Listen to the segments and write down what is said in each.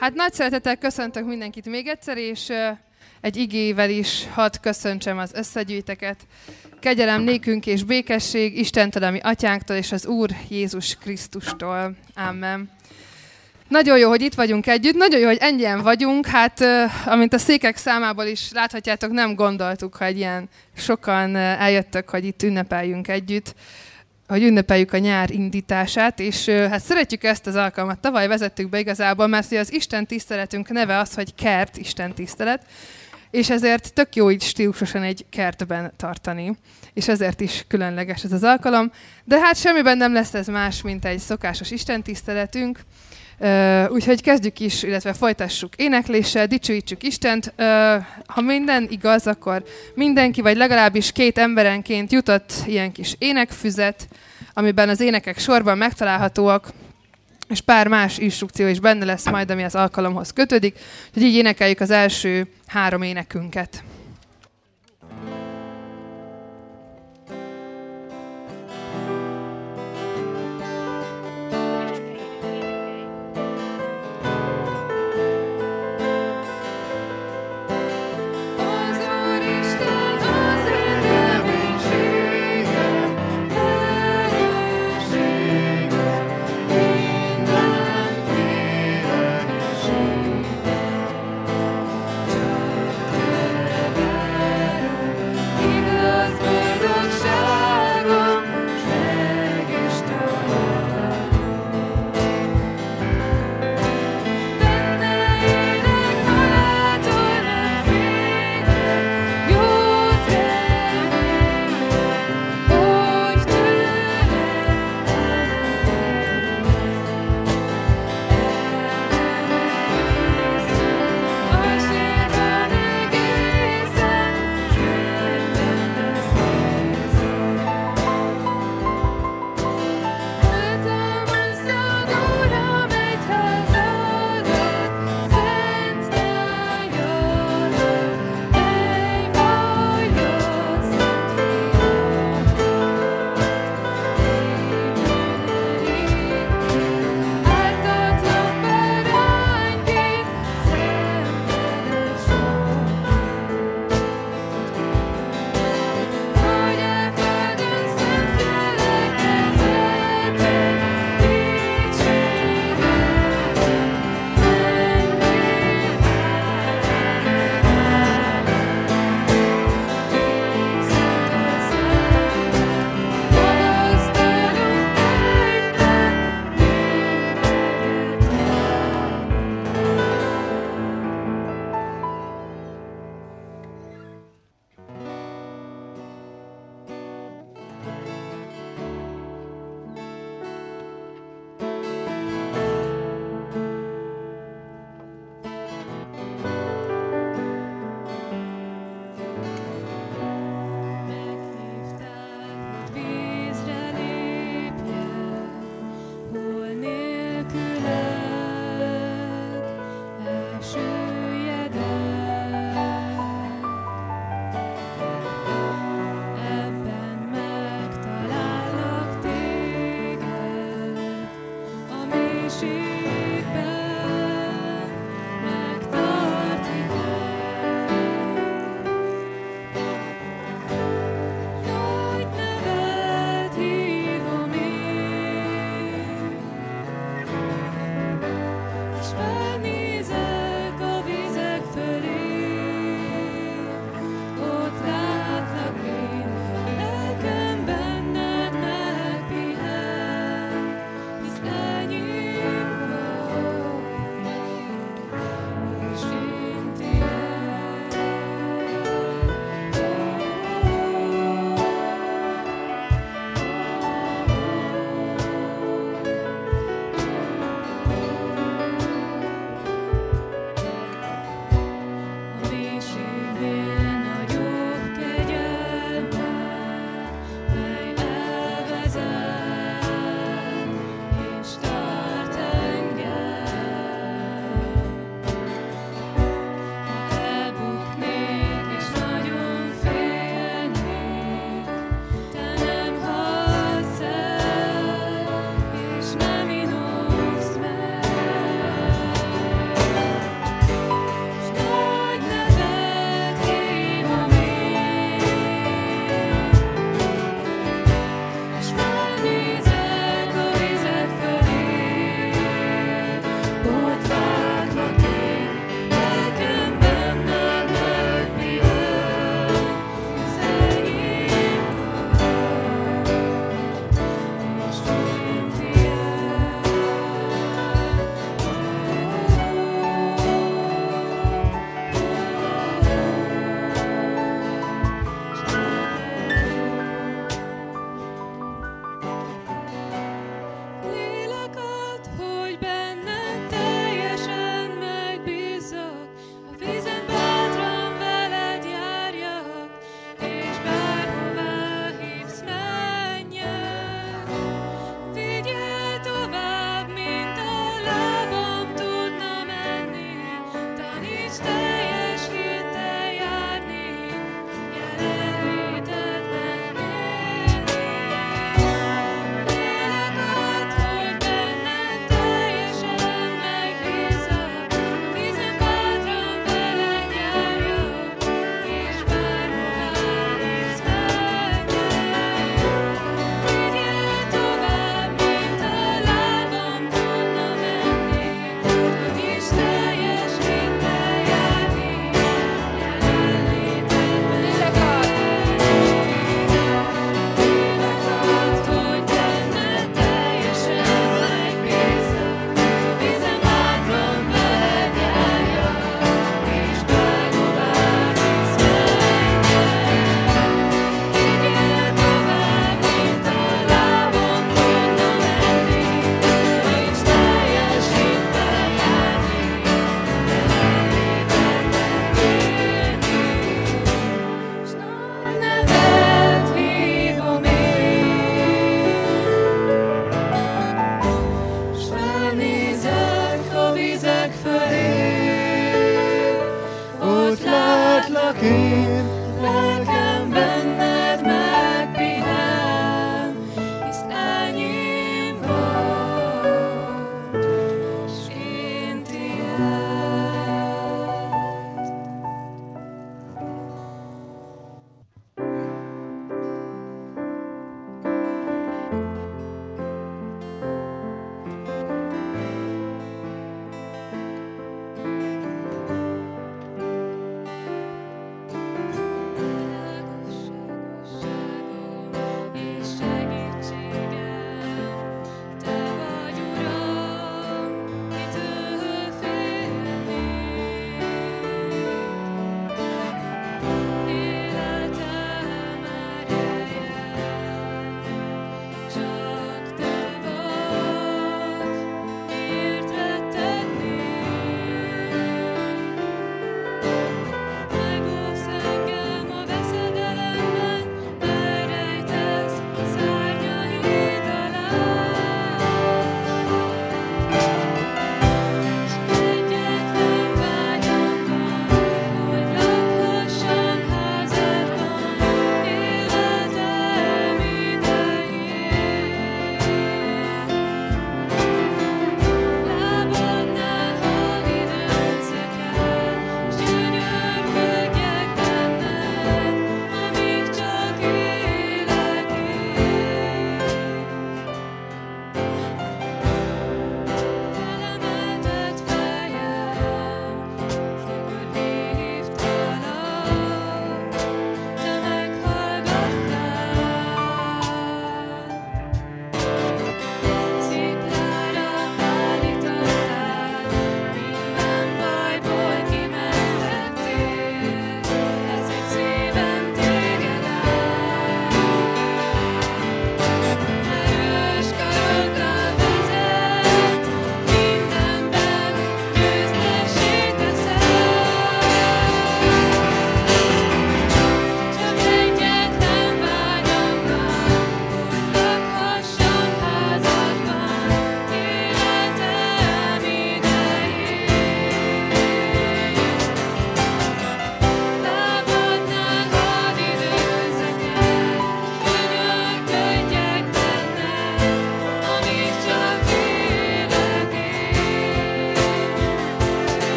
Hát nagy szeretettel köszöntök mindenkit még egyszer, és egy igével is hadd köszöntsem az összegyűjteket. Kegyelem nékünk és békesség Istentől, ami atyánktól és az Úr Jézus Krisztustól. Amen. Nagyon jó, hogy itt vagyunk együtt, nagyon jó, hogy ennyien vagyunk. Hát, amint a székek számából is láthatjátok, nem gondoltuk, hogy ilyen sokan eljöttök, hogy itt ünnepeljünk együtt, hogy ünnepeljük a nyár indítását, és hát szeretjük ezt az alkalmat. Tavaly vezettük be igazából, mert az Isten tiszteletünk neve az, hogy kert Isten tisztelet, és ezért tök jó így stílusosan egy kertben tartani, és ezért is különleges ez az alkalom. De hát semmiben nem lesz ez más, mint egy szokásos Isten tiszteletünk, úgyhogy kezdjük is, illetve folytassuk énekléssel, dicsőítsük Istent. Ha minden igaz, akkor mindenki, vagy legalábbis 2 emberenként jutott ilyen kis énekfüzet, amiben az énekek sorban megtalálhatóak, és pár más instrukció is benne lesz majd, ami az alkalomhoz kötődik, hogy így énekeljük az első 3 énekünket. Yeah.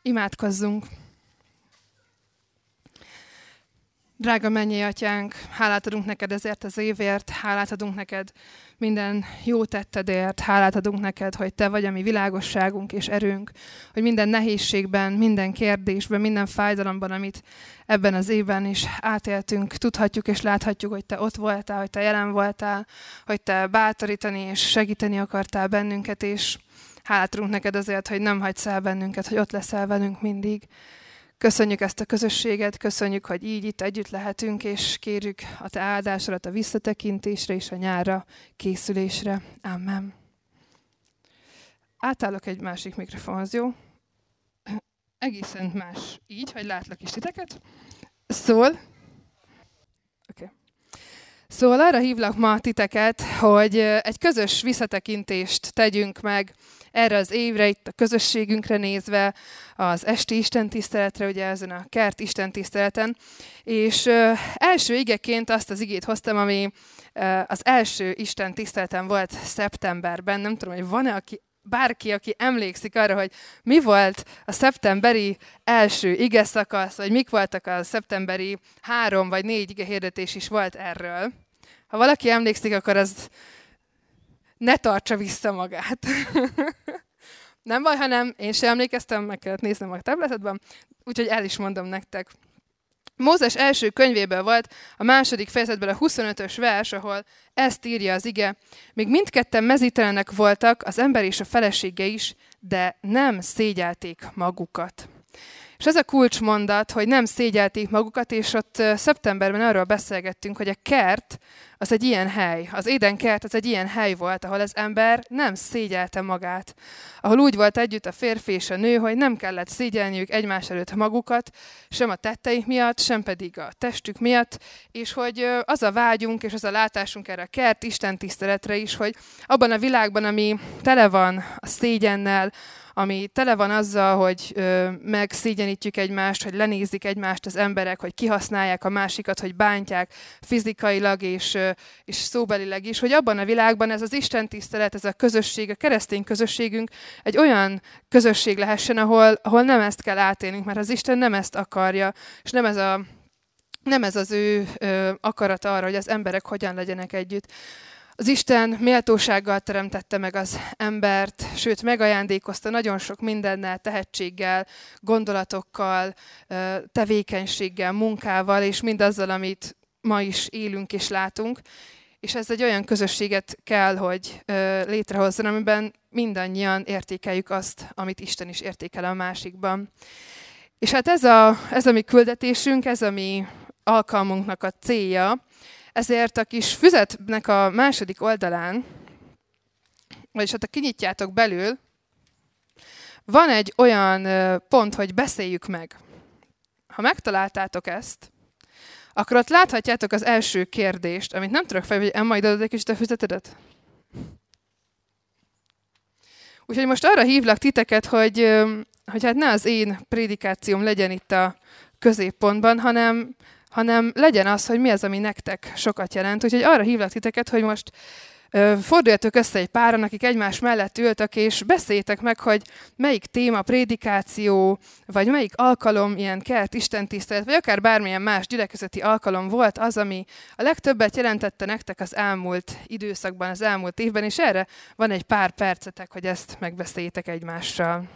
Imádkozzunk! Drága mennyei atyánk, hálát adunk neked ezért az évért, hálát adunk neked minden jó tettedért, hálát adunk neked, hogy te vagy a mi világosságunk és erőnk, hogy minden nehézségben, minden kérdésben, minden fájdalomban, amit ebben az évben is átéltünk, tudhatjuk és láthatjuk, hogy te ott voltál, hogy te jelen voltál, hogy te bátorítani és segíteni akartál bennünket, és hálát adunk neked azért, hogy nem hagysz el bennünket, hogy ott leszel velünk mindig. Köszönjük ezt a közösséget, köszönjük, hogy így itt együtt lehetünk, és kérjük a te áldásodat a visszatekintésre és a nyárra készülésre. Amen. Átállok egy másik mikrofonhoz, jó? Egészen más így, hogy látlak is titeket. Szóval arra hívlak ma titeket, hogy egy közös visszatekintést tegyünk meg erre az évre, itt a közösségünkre nézve, az esti istentiszteletre, ugye ezen a kert istentiszteleten. És első igeként azt az igét hoztam, ami az első istentiszteleten volt szeptemberben. Nem tudom, hogy van-e bárki, aki emlékszik arra, hogy mi volt a szeptemberi első igeszakasz, vagy mik voltak a szeptemberi 3 vagy 4 igehirdetés is volt erről. Ha valaki emlékszik, akkor az ne tartsa vissza magát. Nem baj, ha nem, én sem emlékeztem, meg kellett néznem a tabletedben, úgyhogy el is mondom nektek. Mózes első könyvéből volt a 2. fejezetből a 25-ös vers, ahol ezt írja az ige. Még mindketten mezítelenek voltak, az ember és a felesége is, de nem szégyelték magukat. És ez a kulcsmondat, hogy nem szégyelték magukat, és ott szeptemberben arról beszélgettünk, hogy a kert az egy ilyen hely. Az Éden kert az egy ilyen hely volt, ahol az ember nem szégyelte magát. Ahol úgy volt együtt a férfi és a nő, hogy nem kellett szégyelniük egymás előtt magukat, sem a tetteik miatt, sem pedig a testük miatt, és hogy az a vágyunk és az a látásunk erre a kert istentiszteletre is, hogy abban a világban, ami tele van a szégyennel, ami tele van azzal, hogy megszégyenítjük egymást, hogy lenézik egymást az emberek, hogy kihasználják a másikat, hogy bántják fizikailag és szóbelileg is, hogy abban a világban ez az istentisztelet, ez a közösség, a keresztény közösségünk egy olyan közösség lehessen, ahol nem ezt kell átélnünk, mert az Isten nem ezt akarja, és nem ez az ő akarat arra, hogy az emberek hogyan legyenek együtt. Az Isten méltósággal teremtette meg az embert, sőt megajándékozta nagyon sok mindennel, tehetséggel, gondolatokkal, tevékenységgel, munkával, és mindazzal, amit ma is élünk és látunk. És ez egy olyan közösséget kell, hogy létrehozzon, amiben mindannyian értékeljük azt, amit Isten is értékel a másikban. És hát ez a mi küldetésünk, ez a mi alkalmunknak a célja. Ezért a kis füzetnek a második oldalán, vagyis hát a kinyitjátok belül, van egy olyan pont, hogy beszéljük meg. Ha megtaláltátok ezt, akkor ott láthatjátok az első kérdést, amit nem tudok fel, hogy Emma, ide adod egy kicsit a füzetedet? Úgyhogy most arra hívlak titeket, hogy hát ne az én prédikációm legyen itt a középpontban, hanem legyen az, hogy mi az, ami nektek sokat jelent. Úgyhogy arra hívlak titeket, hogy most forduljatok össze egy páran, akik egymás mellett ültök, és beszéljétek meg, hogy melyik téma, prédikáció, vagy melyik alkalom, ilyen kert istentisztelet, vagy akár bármilyen más gyülekezeti alkalom volt az, ami a legtöbbet jelentette nektek az elmúlt időszakban, az elmúlt évben, és erre van egy pár percetek, hogy ezt megbeszéljétek egymással.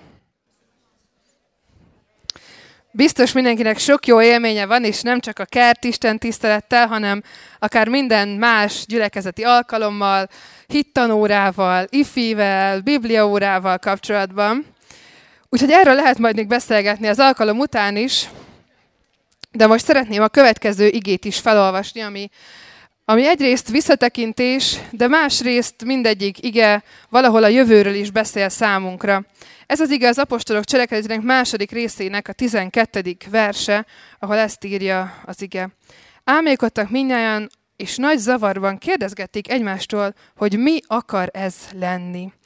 Biztos mindenkinek sok jó élménye van, és nem csak a kert istentisztelettel, hanem akár minden más gyülekezeti alkalommal, hittanórával, ifivel, bibliaórával kapcsolatban. Úgyhogy erről lehet majd még beszélgetni az alkalom után is, de most szeretném a következő igét is felolvasni, ami egyrészt visszatekintés, de másrészt mindegyik ige valahol a jövőről is beszél számunkra. Ez az ige az apostolok cselekedetének 2. részének a 12. verse, ahol ezt írja az ige. Álmélkodtak mindnyájan, és nagy zavarban kérdezgették egymástól, hogy mi akar ez lenni.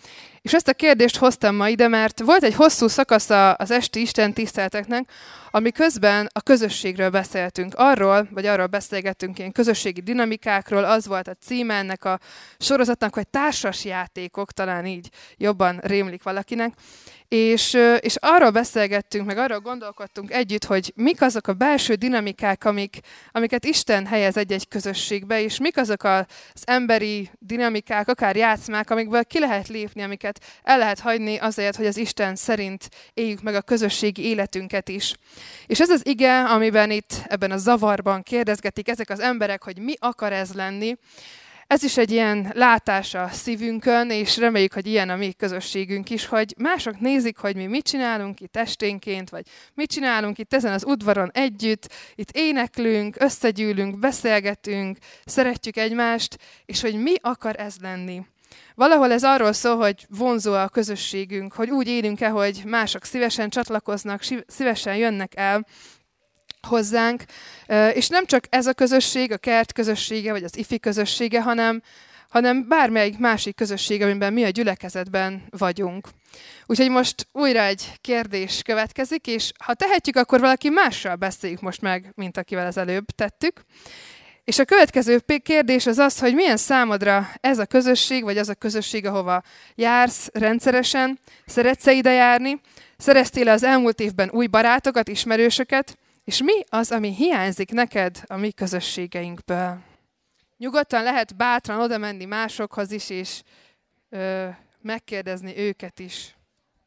És ezt a kérdést hoztam ma ide, mert volt egy hosszú szakasza az esti Isten tiszteleteknek, ami közben a közösségről beszéltünk. Arról beszélgettünk ilyen közösségi dinamikákról, az volt a címe ennek a sorozatnak, hogy társas játékok, talán így jobban rémlik valakinek. És arról beszélgettünk, meg arról gondolkodtunk együtt, hogy mik azok a belső dinamikák, amiket Isten helyez egy-egy közösségbe, és mik azok az emberi dinamikák, akár játszmák, amikből ki lehet lépni, amiket el lehet hagyni azért, hogy az Isten szerint éljük meg a közösségi életünket is. És ez az ige, amiben itt ebben a zavarban kérdezgetik ezek az emberek, hogy mi akar ez lenni, ez is egy ilyen látás a szívünkön, és reméljük, hogy ilyen a mi közösségünk is, hogy mások nézik, hogy mi mit csinálunk itt esténként, vagy mit csinálunk itt ezen az udvaron együtt, itt éneklünk, összegyűlünk, beszélgetünk, szeretjük egymást, és hogy mi akar ez lenni. Valahol ez arról szól, hogy vonzó a közösségünk, hogy úgy élünk-e, hogy mások szívesen csatlakoznak, szívesen jönnek el hozzánk, és nem csak ez a közösség, a kert közössége, vagy az ifi közössége, hanem bármelyik másik közösség, amiben mi a gyülekezetben vagyunk. Úgyhogy most újra egy kérdés következik, és ha tehetjük, akkor valaki mással beszéljük most meg, mint akivel az előbb tettük. És a következő kérdés az az, hogy milyen számodra ez a közösség, vagy az a közösség, ahova jársz rendszeresen, szeretsz-e ide járni, szereztél az elmúlt évben új barátokat, ismerősöket, és mi az, ami hiányzik neked a mi közösségeinkből? Nyugodtan lehet bátran oda menni másokhoz is, és megkérdezni őket is.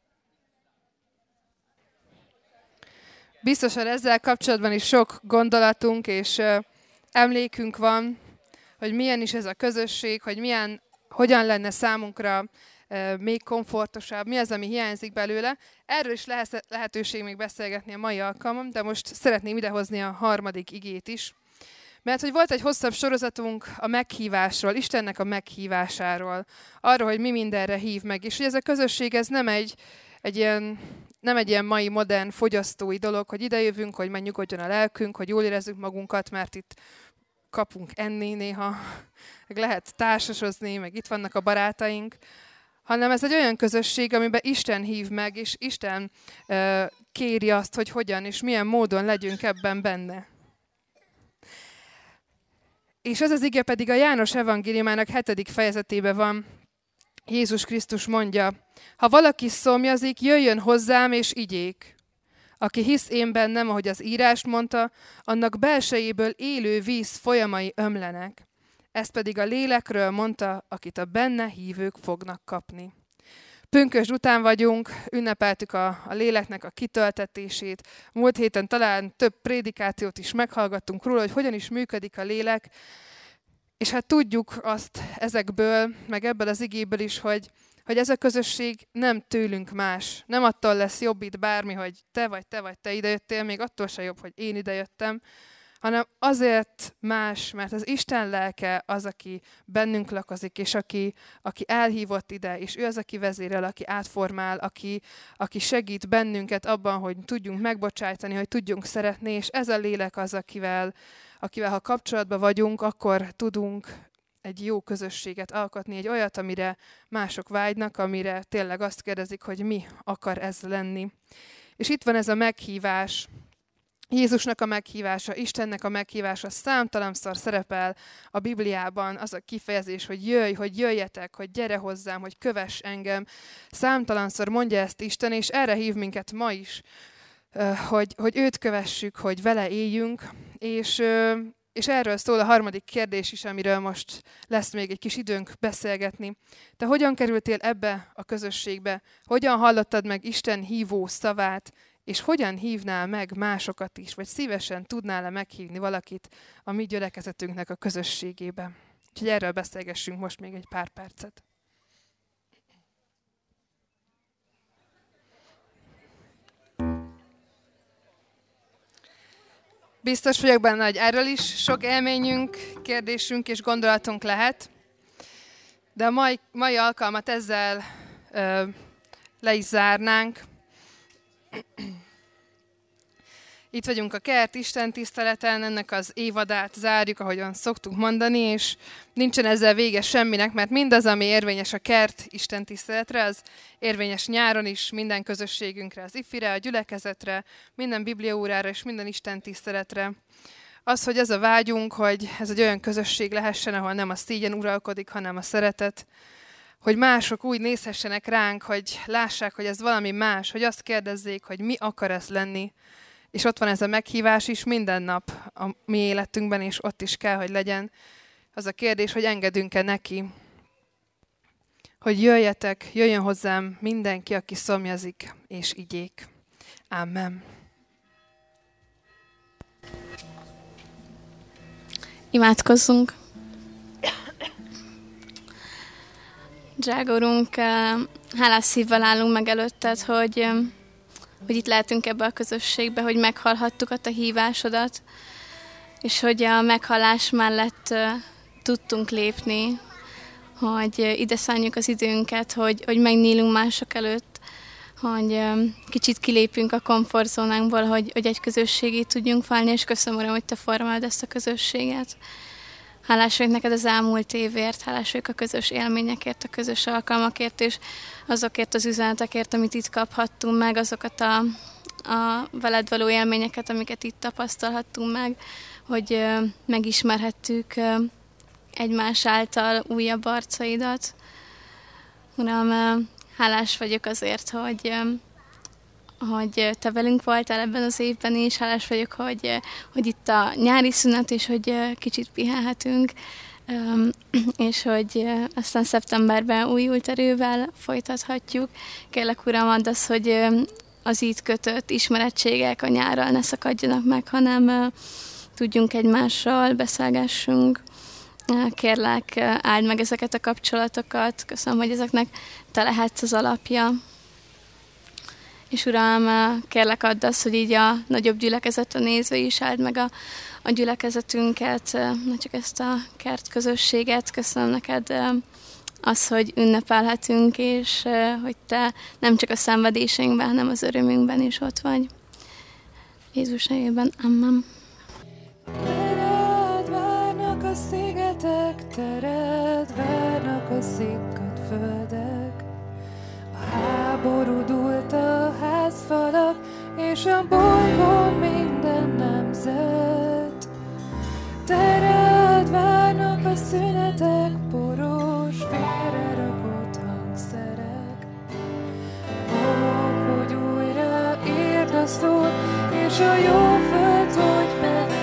Biztosan ezzel kapcsolatban is sok gondolatunk és emlékünk van, hogy milyen is ez a közösség, hogy hogyan lenne számunkra még komfortosabb, mi az, ami hiányzik belőle. Erről is lehetőség még beszélgetni a mai alkalmam, de most szeretném idehozni a harmadik igét is. Mert hogy volt egy hosszabb sorozatunk a meghívásról, Istennek a meghívásáról, arról, hogy mi mindenre hív meg. És hogy ez a közösség, ez nem egy ilyen mai modern fogyasztói dolog, hogy idejövünk, hogy megnyugodjon a lelkünk, hogy jól érezzük magunkat, mert itt kapunk enni néha, meg lehet társasozni, meg itt vannak a barátaink, hanem ez egy olyan közösség, amiben Isten hív meg, és Isten kéri azt, hogy hogyan és milyen módon legyünk ebben benne. És ez az ige pedig a János evangéliumának 7. fejezetében van. Jézus Krisztus mondja, ha valaki szomjazik, jöjjön hozzám és igyék. Aki hisz én bennem, ahogy az írást mondta, annak belsejéből élő víz folyamai ömlenek. Ezt pedig a lélekről mondta, akit a benne hívők fognak kapni. Pünkösd után vagyunk, ünnepeltük a léleknek a kitöltetését. Múlt héten talán több prédikációt is meghallgattunk róla, hogy hogyan is működik a lélek. És hát tudjuk azt ezekből, meg ebből az igéből is, hogy ez a közösség nem tőlünk más. Nem attól lesz jobb itt bármi, hogy te idejöttél, még attól se jobb, hogy én idejöttem, hanem azért más, mert az Isten lelke az, aki bennünk lakozik, és aki elhívott ide, és ő az, aki vezérel, aki átformál, aki segít bennünket abban, hogy tudjunk megbocsájtani, hogy tudjunk szeretni, és ez a lélek az, akivel ha kapcsolatban vagyunk, akkor tudunk egy jó közösséget alkotni, egy olyat, amire mások vágynak, amire tényleg azt kérdezik, hogy mi akar ez lenni. És itt van ez a meghívás, Jézusnak a meghívása, Istennek a meghívása számtalanszor szerepel a Bibliában az a kifejezés, hogy jöjj, hogy jöjjetek, hogy gyere hozzám, hogy kövess engem. Számtalanszor mondja ezt Isten, és erre hív minket ma is, hogy őt kövessük, hogy vele éljünk, és erről szól a harmadik kérdés is, amiről most lesz még egy kis időnk beszélgetni. Te hogyan kerültél ebbe a közösségbe? Hogyan hallottad meg Isten hívó szavát? És hogyan hívnál meg másokat is? Vagy szívesen tudnál-e meghívni valakit a mi gyülekezetünknek a közösségébe? Úgyhogy erről beszélgessünk most még egy pár percet. Biztos vagyok benne, hogy erről is sok élményünk, kérdésünk és gondolatunk lehet. De a mai alkalmat ezzel le is zárnánk. Itt vagyunk a Kert Isten tiszteleten, ennek az évadát zárjuk, ahogyan szoktunk mondani, és nincsen ezzel vége semminek, mert mindaz, ami érvényes a Kert Isten tiszteletre, az érvényes nyáron is, minden közösségünkre, az ifire, a gyülekezetre, minden bibliaórára és minden Isten tiszteletre. Az, hogy ez a vágyunk, hogy ez egy olyan közösség lehessen, ahol nem a szégyen uralkodik, hanem a szeretet, hogy mások úgy nézhessenek ránk, hogy lássák, hogy ez valami más, hogy azt kérdezzék, hogy mi akar ez lenni. És ott van ez a meghívás is minden nap a mi életünkben, és ott is kell, hogy legyen. Az a kérdés, hogy engedünk-e neki. Hogy jöjjetek, jöjjön hozzám mindenki, aki szomjazik és igyék. Amen. Imádkozzunk! Drága Urunk, hálás szívvel állunk meg előtted, hogy itt lehetünk ebbe a közösségbe, hogy meghallhattuk a te hívásodat, és hogy a meghallás mellett tudtunk lépni, hogy ide szánjuk az időnket, hogy megnyílunk mások előtt, hogy kicsit kilépünk a komfortzónánkból, hogy egy közösségé tudjunk válni, és köszönöm, Uram, hogy te formáld ezt a közösséget. Hálás vagyok neked az elmúlt évért, hálás vagyok a közös élményekért, a közös alkalmakért, és azokért az üzenetekért, amit itt kaphattunk meg, azokat a veled való élményeket, amiket itt tapasztalhattunk meg, hogy megismerhettük egymás által újabb arcaidat. Uram, hálás vagyok azért, hogy te velünk voltál ebben az évben is, hálás vagyok, hogy itt a nyári szünet, és hogy kicsit pihenhetünk, és hogy aztán szeptemberben újult erővel folytathatjuk. Kérlek, Uram, add azt, hogy az így kötött ismerettségek a nyárral ne szakadjanak meg, hanem tudjunk egymással, beszélgessünk. Kérlek, áld meg ezeket a kapcsolatokat. Köszönöm, hogy ezeknek te lehetsz az alapja. És Uram, kérlek, add azt, hogy így a nagyobb gyülekezetre nézve is áld meg a gyülekezetünket, ne csak ezt a kert közösséget. Köszönöm neked az, hogy ünnepelhetünk, és hogy te nem csak a szenvedéseinkben, hanem az örömünkben is ott vagy. Jézus nevében, amen. Tered várnak a szigetek, tered várnak a szikkadt földek. A háború dúlt a házfalak, és a bolygón minden nemzet. Tered várnak a szünetek, poros, félrerakott hangszerek. Halok, hogy újra érd a szót, és a jó föld, hogy bevesse.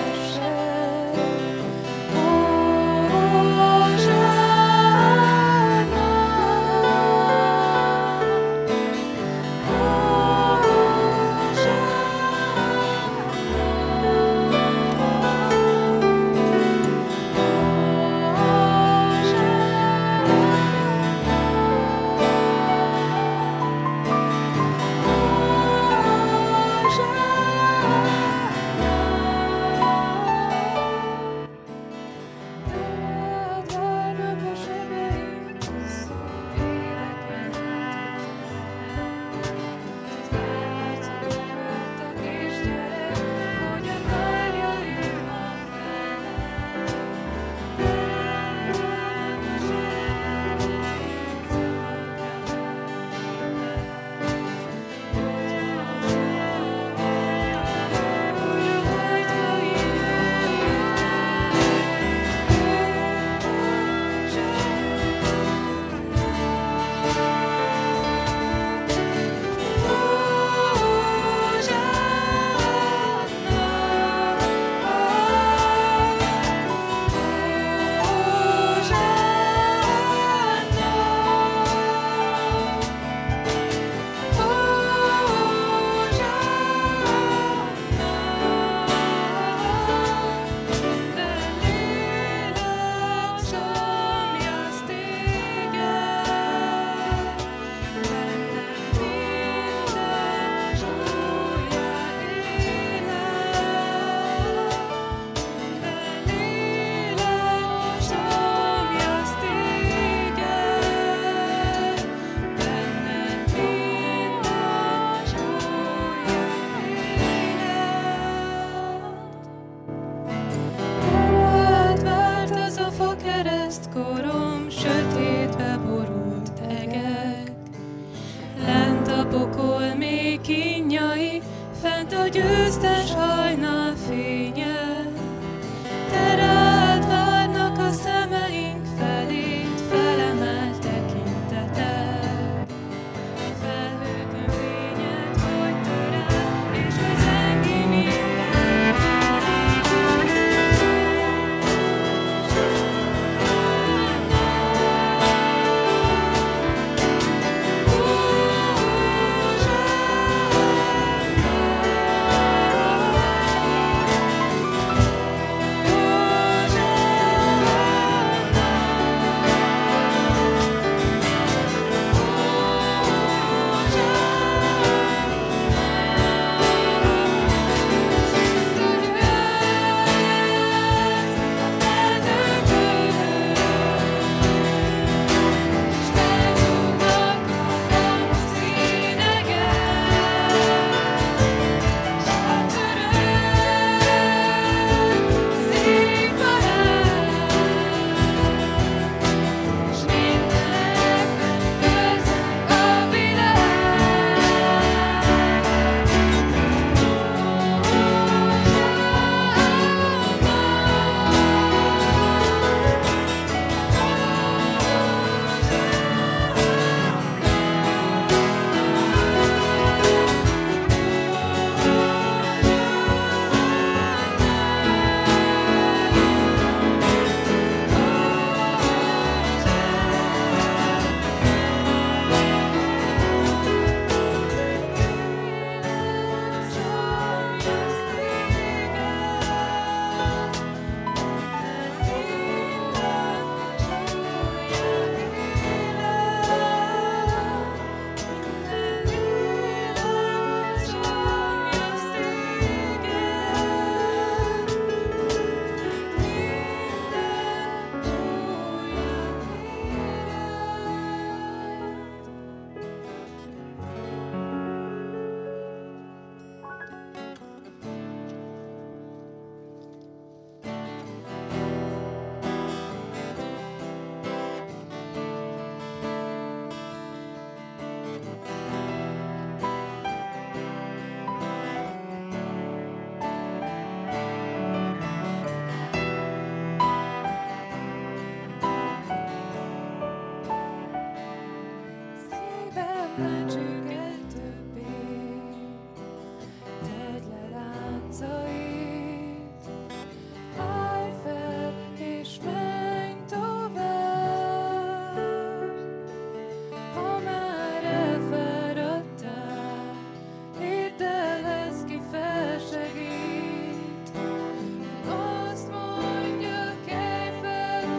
győztes hajnal fénye, te rád várnak a szemeink felét, felemelt tekintetek. Felhőkön fényed, hogy törel, és hogy zengi minden.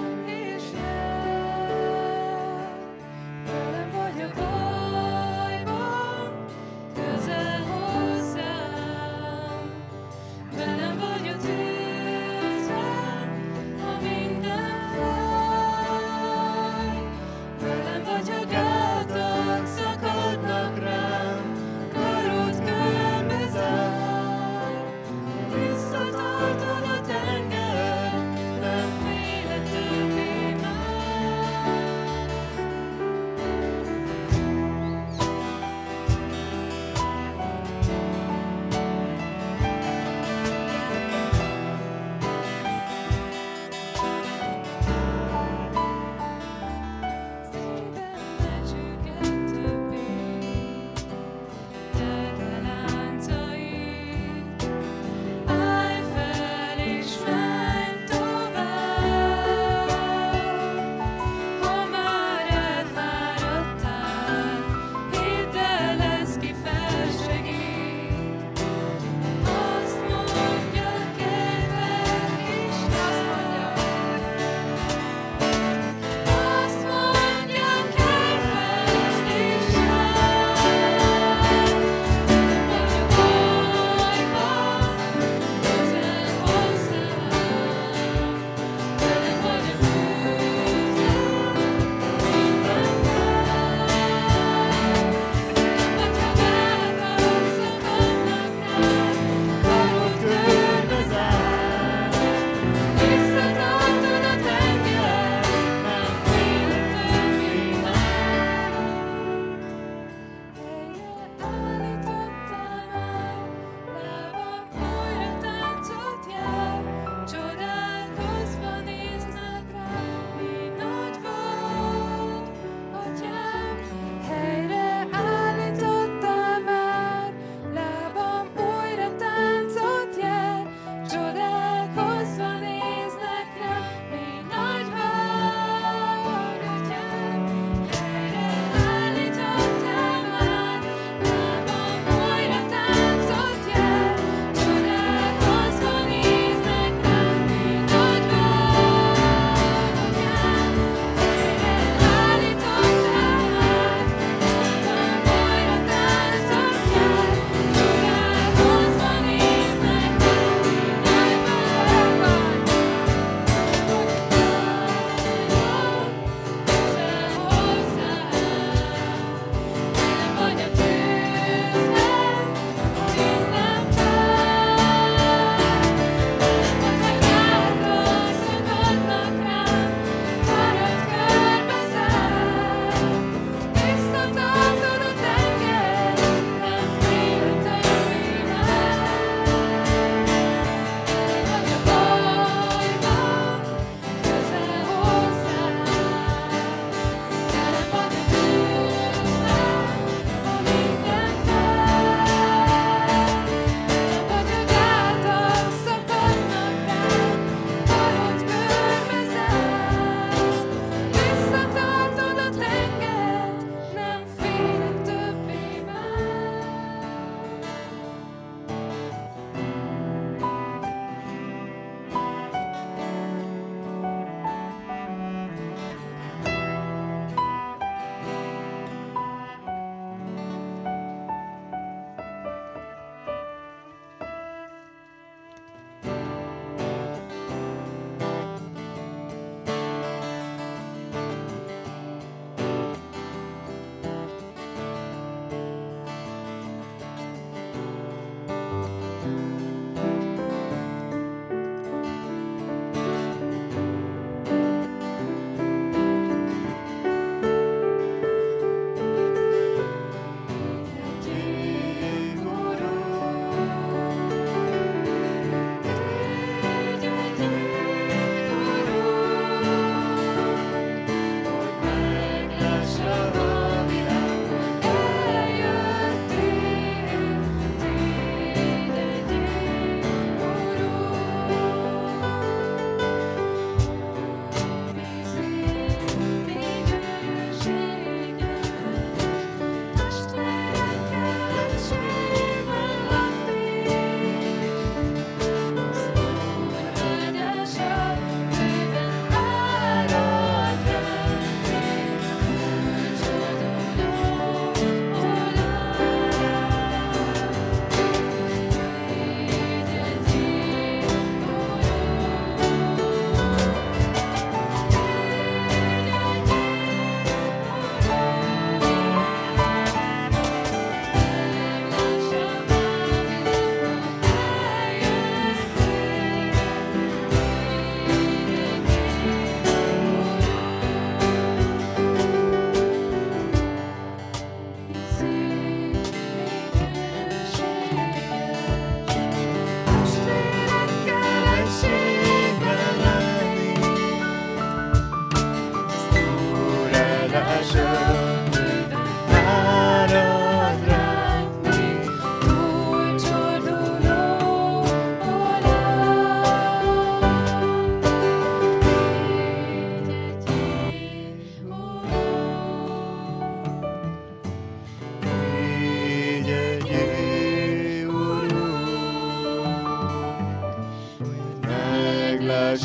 Bajban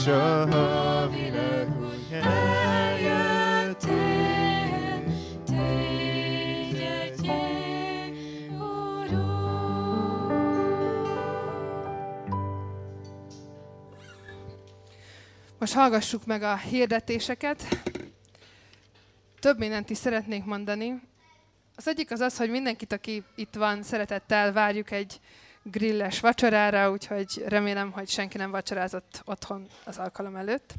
soha világos eljöttél, téged Urunk. Most hallgassuk meg a hirdetéseket. Több mindent is szeretnék mondani. Az egyik az, hogy mindenkit, aki itt van, szeretettel várjuk egy grilles vacsorára, úgyhogy remélem, hogy senki nem vacsorázott otthon az alkalom előtt.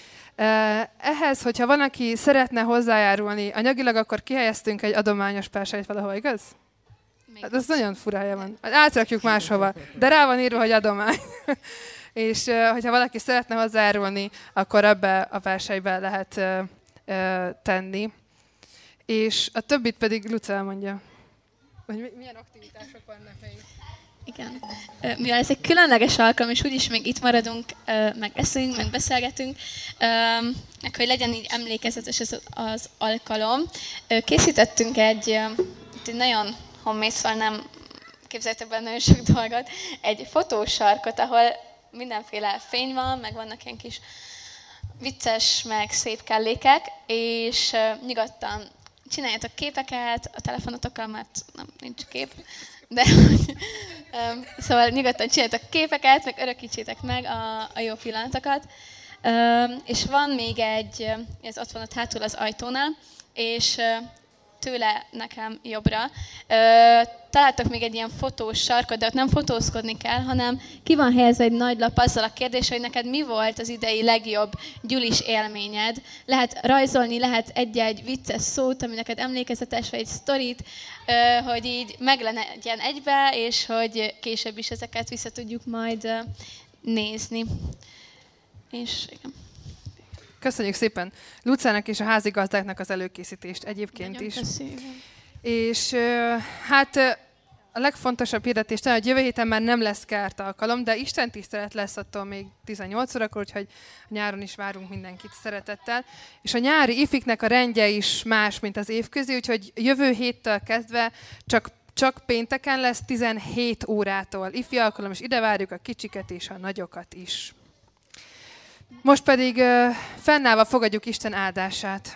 Ehhez, hogyha van, aki szeretne hozzájárulni anyagilag, akkor kihelyeztünk egy adományos persejt valahol, igaz? Hát ez nagyon fura helye van. Átrakjuk máshova, de rá van írva, hogy adomány. És hogyha valaki szeretne hozzájárulni, akkor ebbe a persejbe lehet tenni. És a többit pedig Luca elmondja, hogy milyen aktivitások vannak még. Igen. Mivel ez egy különleges alkalom, és úgyis még itt maradunk, meg eszünk, meg beszélgetünk, meg hogy legyen így emlékezetes az alkalom. Készítettünk egy nagyon homemade, szóval nem képzeltek benne nagyon sok dolgot, egy fotósarkot, ahol mindenféle fény van, meg vannak ilyen kis vicces, meg szép kellékek, és nyugodtan csináljátok képeket a telefonotokkal, mert nem, nincs kép, de szóval nyugodtan csináljátok képeket, meg örökítsétek meg a jó pillanatokat. És van még egy, ez ott van ott hátul az ajtónál, és tőle nekem jobbra. Találtak még egy ilyen fotós sarkot, de ott nem fotózkodni kell, hanem ki van helyezve egy nagy lap azzal a kérdéssel, hogy neked mi volt az idei legjobb gyulis élményed. Lehet rajzolni, lehet egy-egy vicces szót, ami neked emlékezetes, vagy egy sztorit, hogy így meg legyen egybe, és hogy később is ezeket vissza tudjuk majd nézni. És igen. Köszönjük szépen Lucának és a házigazdáknak az előkészítést egyébként Nagyon is. köszönjük. És hát a legfontosabb hirdetés, hogy jövő héten már nem lesz kárt alkalom, de Isten tisztelet lesz attól még 18 órakor, úgyhogy nyáron is várunk mindenkit szeretettel. És a nyári ifiknek a rendje is más, mint az évközi, úgyhogy jövő héttől kezdve csak pénteken lesz 17 órától ifi alkalom, és ide várjuk a kicsiket és a nagyokat is. Most pedig fennállva fogadjuk Isten áldását.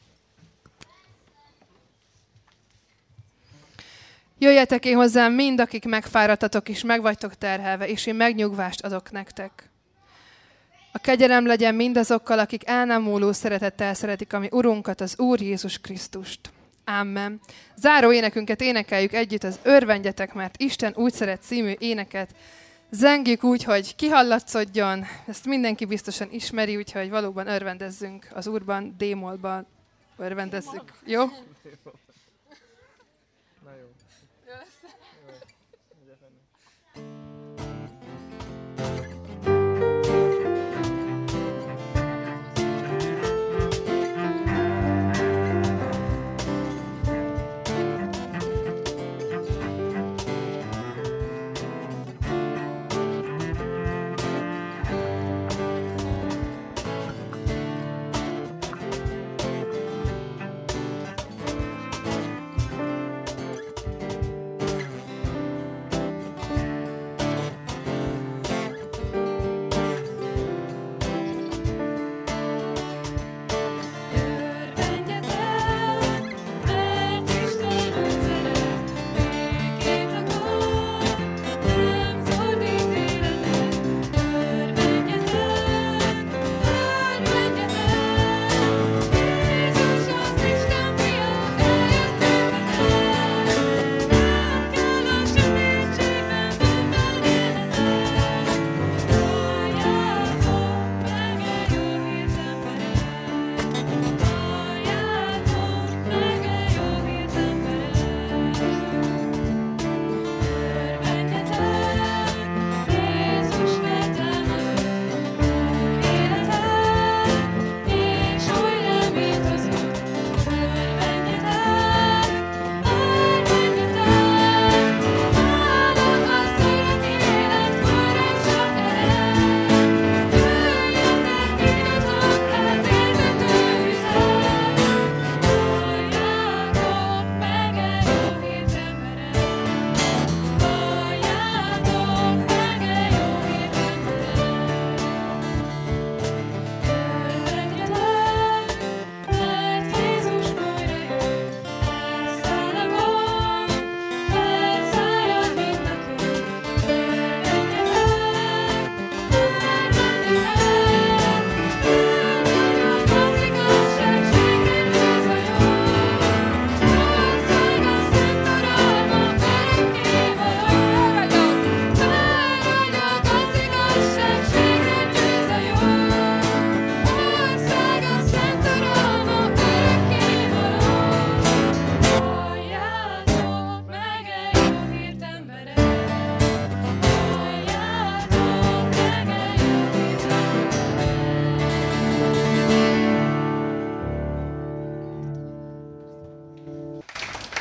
Jöjjetek én hozzám mind, akik megfáradtatok és meg vagytok terhelve, és én megnyugvást adok nektek. A kegyelem legyen mindazokkal, akik el nem múló szeretettel szeretik a mi Urunkat, az Úr Jézus Krisztust. Amen. Záró énekünket énekeljük együtt, az Örvendjetek, mert Isten úgy szeret című éneket. Zengjük úgy, hogy kihallatszodjon, ezt mindenki biztosan ismeri, úgyhogy valóban örvendezzünk az Úrban, D-mollban örvendezzük. Jó?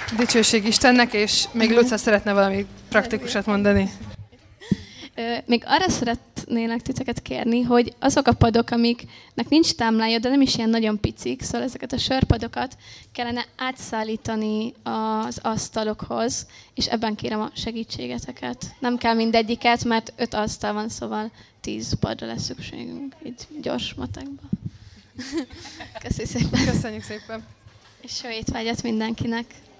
Dicsőség Istennek, és még Luca szeretne valami praktikusat mondani. Még arra szeretnélek titeket kérni, hogy azok a padok, amiknek nincs támlája, de nem is ilyen nagyon picik, szóval ezeket a sörpadokat kellene átszállítani az asztalokhoz, és ebben kérem a segítségeteket. Nem kell mindegyiket, mert 5 asztal van, szóval 10 padra lesz szükségünk, így gyors matekba. Köszönjük szépen. Köszönjük szépen. És jó étvágyat mindenkinek.